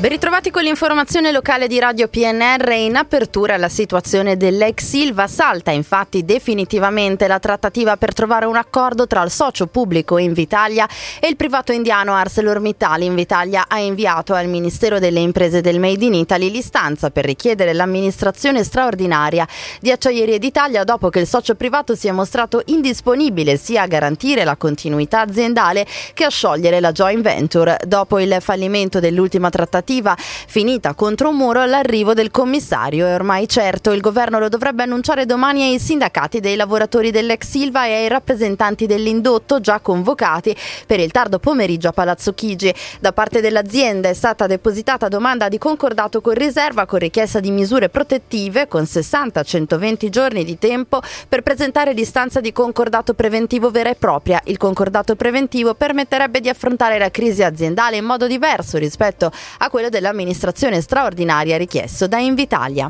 Ben ritrovati con l'informazione locale di Radio PNR. In apertura la situazione dell'ex Ilva. Salta infatti definitivamente la trattativa per trovare un accordo tra il socio pubblico Invitalia e il privato indiano ArcelorMittal. Invitalia ha inviato al Ministero delle Imprese del Made in Italy l'istanza per richiedere l'amministrazione straordinaria di Acciaierie d'Italia dopo che il socio privato si è mostrato indisponibile sia a garantire la continuità aziendale che a sciogliere la joint venture. Dopo il fallimento dell'ultima trattativa finita contro un muro, l'arrivo del commissario è ormai certo. Il governo lo dovrebbe annunciare domani ai sindacati dei lavoratori dell'ex Ilva e ai rappresentanti dell'indotto già convocati per il tardo pomeriggio a Palazzo Chigi. Da parte dell'azienda è stata depositata domanda di concordato con riserva con richiesta di misure protettive con 60-120 giorni di tempo per presentare l'istanza di concordato preventivo vera e propria. Il concordato preventivo permetterebbe di affrontare la crisi aziendale in modo diverso rispetto a quello dell'amministrazione straordinaria richiesto da Invitalia.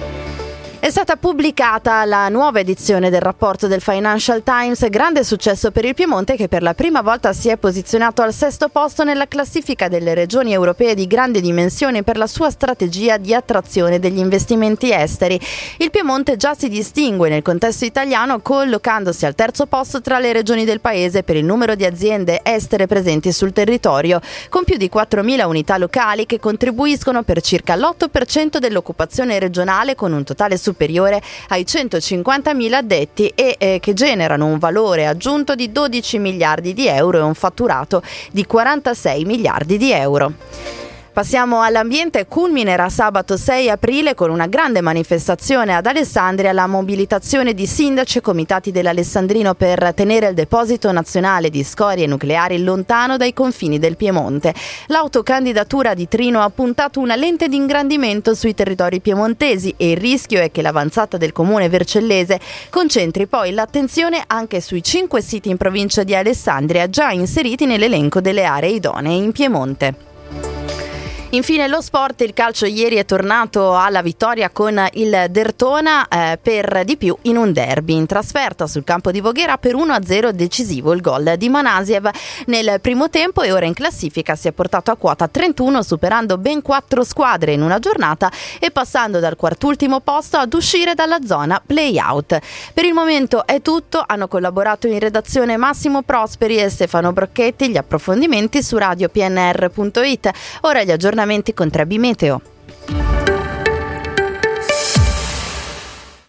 È stata pubblicata la nuova edizione del rapporto del Financial Times, grande successo per il Piemonte che per la prima volta si è posizionato al 6° posto nella classifica delle regioni europee di grande dimensione per la sua strategia di attrazione degli investimenti esteri. Il Piemonte già si distingue nel contesto italiano collocandosi al 3° posto tra le regioni del paese per il numero di aziende estere presenti sul territorio, con più di 4.000 unità locali che contribuiscono per circa l'8% dell'occupazione regionale con un totale superiore ai 150.000 addetti e che generano un valore aggiunto di 12 miliardi di euro e un fatturato di 46 miliardi di euro. Passiamo all'ambiente. Culminerà sabato 6 aprile con una grande manifestazione ad Alessandria la mobilitazione di sindaci e comitati dell'Alessandrino per tenere il deposito nazionale di scorie nucleari lontano dai confini del Piemonte. L'autocandidatura di Trino ha puntato una lente di ingrandimento sui territori piemontesi e il rischio è che l'avanzata del comune vercellese concentri poi l'attenzione anche sui 5 siti in provincia di Alessandria già inseriti nell'elenco delle aree idonee in Piemonte. Infine lo sport, il calcio ieri è tornato alla vittoria con il Derthona per di più in un derby. In trasferta sul campo di Voghera per 1-0 decisivo il gol di Manasiev nel primo tempo e ora in classifica si è portato a quota 31 superando ben 4 squadre in una giornata e passando dal quartultimo posto ad uscire dalla zona play-out. Per il momento è tutto, hanno collaborato in redazione Massimo Prosperi e Stefano Brocchetti, gli approfondimenti su radiopnr.it. Ora gli aggiornamenti con Trebi Meteo.